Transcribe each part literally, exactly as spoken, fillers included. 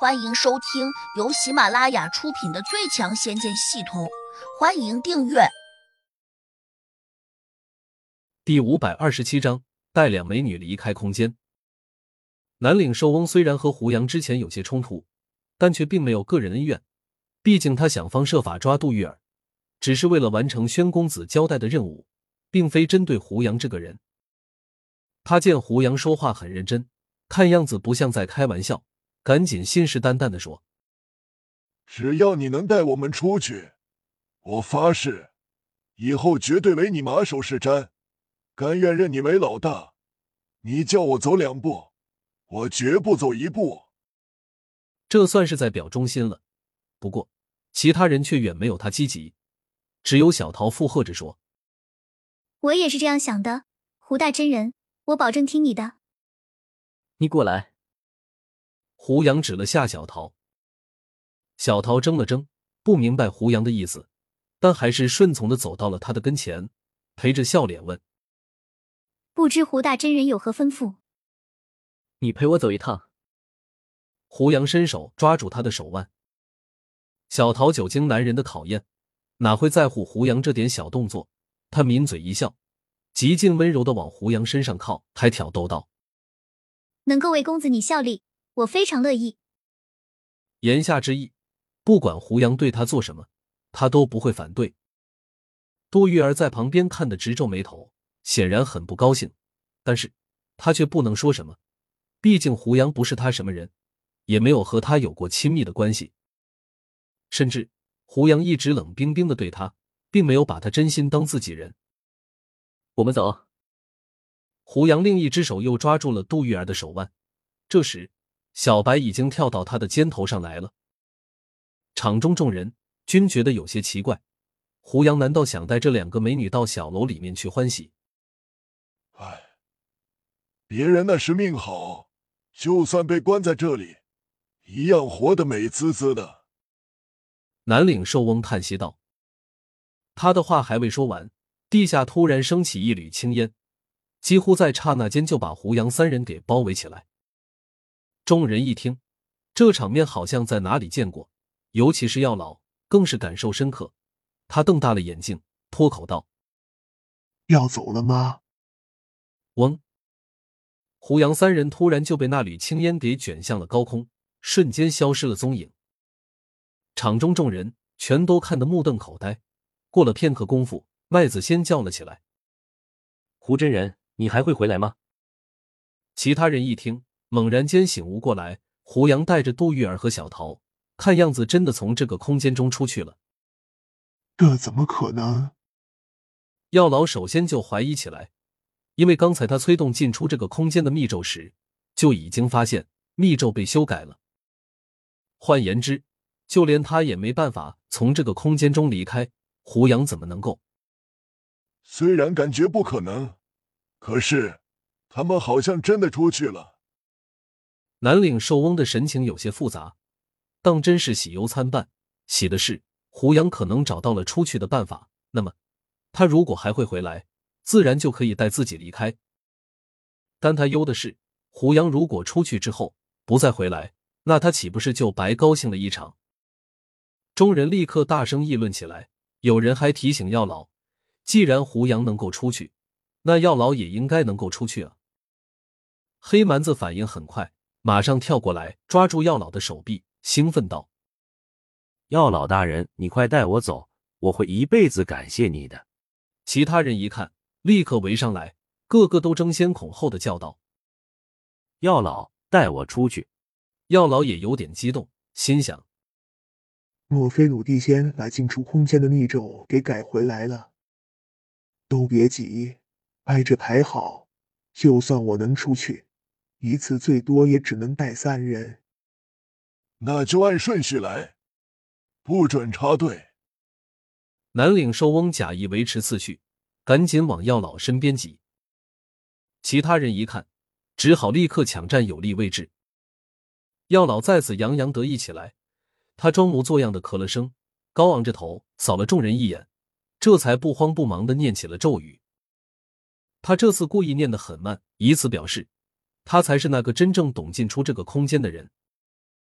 欢迎收听由喜马拉雅出品的《最强仙剑系统》，欢迎订阅。 第五百二十七章，带两美女离开空间。南岭寿翁虽然和胡杨之前有些冲突，但却并没有个人恩怨，毕竟他想方设法抓杜玉儿，只是为了完成宣公子交代的任务，并非针对胡杨这个人。他见胡杨说话很认真，看样子不像在开玩笑，赶紧信誓旦旦地说： 只要你能带我们出去，我发誓以后绝对为你马首是瞻，甘愿认你为老大。你叫我走两步，我绝不走一步。 这算是在表忠心了。不过其他人却远没有他积极，只有小桃附和着说： 我也是这样想的，胡大真人，我保证听你的。 你过来。 胡杨指了下小桃。小桃怔了怔，不明白胡杨的意思，但还是顺从地走到了他的跟前，陪着笑脸问： 不知胡大真人有何吩咐？ 你陪我走一趟。 胡杨伸手抓住他的手腕。小桃久经男人的考验，哪会在乎胡杨这点小动作，他抿嘴一笑，极尽温柔地往胡杨身上靠，还挑逗道： 能够为公子你效力，我非常乐意。 言下之意，不管胡杨对他做什么，他都不会反对。杜玉儿在旁边看得直皱眉头，显然很不高兴，但是他却不能说什么，毕竟胡杨不是他什么人，也没有和他有过亲密的关系。甚至胡杨一直冷冰冰地对他，并没有把他真心当自己人。 我们走。 胡杨另一只手又抓住了杜玉儿的手腕，这时小白已经跳到他的肩头上来了。场中众人均觉得有些奇怪，胡杨难道想带这两个美女到小楼里面去欢喜？ 唉，别人那是命好，就算被关在这里，一样活得美滋滋的。 南岭寿翁叹息道。他的话还未说完，地下突然升起一缕青烟，几乎在刹那间就把胡杨三人给包围起来。众人一听，这场面好像在哪里见过，尤其是药老更是感受深刻。他瞪大了眼睛，脱口道： 要走了吗？ 嗡！胡杨三人突然就被那缕青烟给卷向了高空，瞬间消失了踪影。场中众人全都看得目瞪口呆。过了片刻功夫，麦子先叫了起来： 胡真人，你还会回来吗？ 其他人一听，猛然间醒悟过来，胡杨带着杜玉儿和小桃，看样子真的从这个空间中出去了。 这怎么可能？ 药老首先就怀疑起来，因为刚才他催动进出这个空间的密咒时，就已经发现密咒被修改了。换言之，就连他也没办法从这个空间中离开，胡杨怎么能够？ 虽然感觉不可能，可是他们好像真的出去了。 南岭寿翁的神情有些复杂，当真是喜忧参半。喜的是胡杨可能找到了出去的办法，那么他如果还会回来，自然就可以带自己离开。但他忧的是，胡杨如果出去之后不再回来，那他岂不是就白高兴了一场？众人立刻大声议论起来，有人还提醒药老，既然胡杨能够出去，那药老也应该能够出去啊。黑蛮子反应很快，马上跳过来抓住药老的手臂，兴奋道： 药老大人，你快带我走，我会一辈子感谢你的。 其他人一看，立刻围上来，个个都争先恐后的叫道： 药老，带我出去。 药老也有点激动，心想： 莫非鲁地仙把进出空间的密咒给改回来了？都别急，挨着排好，就算我能出去，一次最多也只能带三人。 那就按顺序来，不准插队。 南岭寿翁假意维持次序，赶紧往药老身边挤。其他人一看，只好立刻抢占有利位置。药老再次洋洋得意起来，他装模作样的咳了声，高昂着头扫了众人一眼，这才不慌不忙地念起了咒语。他这次故意念得很慢，以此表示他才是那个真正懂进出这个空间的人。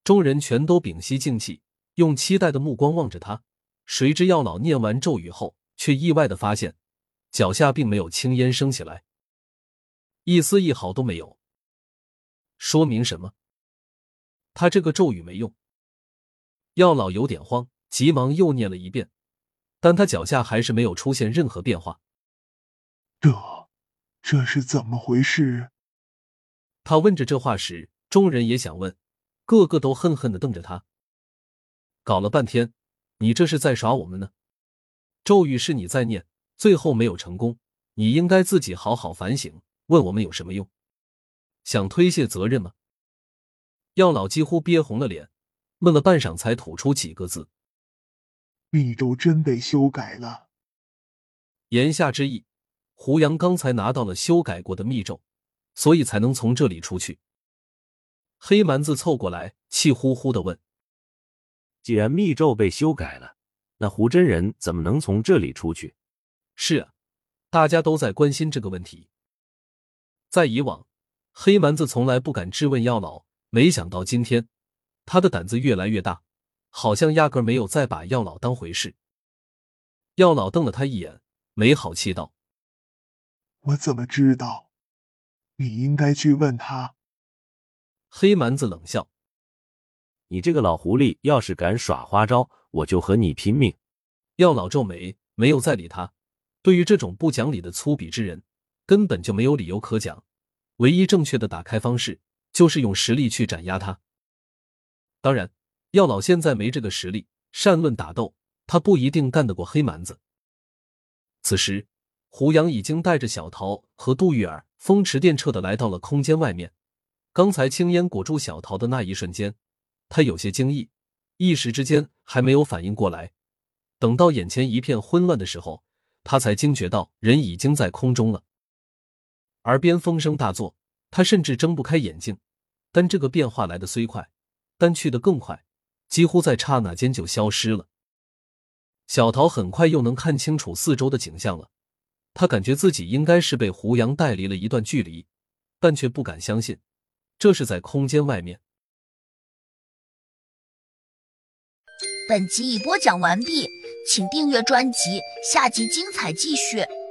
众人全都屏息静气，用期待的目光望着他。谁知药老念完咒语后，却意外地发现脚下并没有青烟升起来，一丝一毫都没有。说明什么？他这个咒语没用。药老有点慌，急忙又念了一遍，但他脚下还是没有出现任何变化。 这这是怎么回事？ 他问着这话时，众人也想问，个个都恨恨地瞪着他。搞了半天，你这是在耍我们呢？咒语是你在念，最后没有成功，你应该自己好好反省，问我们有什么用？想推卸责任吗？药老几乎憋红了脸，闷了半晌才吐出几个字： 密咒真被修改了。 言下之意，胡杨刚才拿到了修改过的密咒，所以才能从这里出去。黑蛮子凑过来，气呼呼地问： 既然密咒被修改了，那胡真人怎么能从这里出去？ 是啊，大家都在关心这个问题。在以往，黑蛮子从来不敢质问药老，没想到今天他的胆子越来越大，好像压根没有再把药老当回事。药老瞪了他一眼，没好气道： 我怎么知道？你应该去问他。 黑蛮子冷笑： 你这个老狐狸，要是敢耍花招，我就和你拼命。 药老皱眉，没有再理他。对于这种不讲理的粗鄙之人，根本就没有理由可讲。唯一正确的打开方式，就是用实力去斩压他。当然，药老现在没这个实力，善论打斗，他不一定干得过黑蛮子。此时，胡杨已经带着小桃和杜玉儿风驰电掣地来到了空间外面。刚才青烟裹住小桃的那一瞬间，他有些惊异，一时之间还没有反应过来。等到眼前一片混乱的时候，他才惊觉到人已经在空中了。耳边风声大作，他甚至睁不开眼睛，但这个变化来得虽快，但去得更快，几乎在刹那间就消失了。小桃很快又能看清楚四周的景象了，他感觉自己应该是被胡杨带离了一段距离，但却不敢相信，这是在空间外面。 本集已播讲完毕，请订阅专辑，下集精彩继续。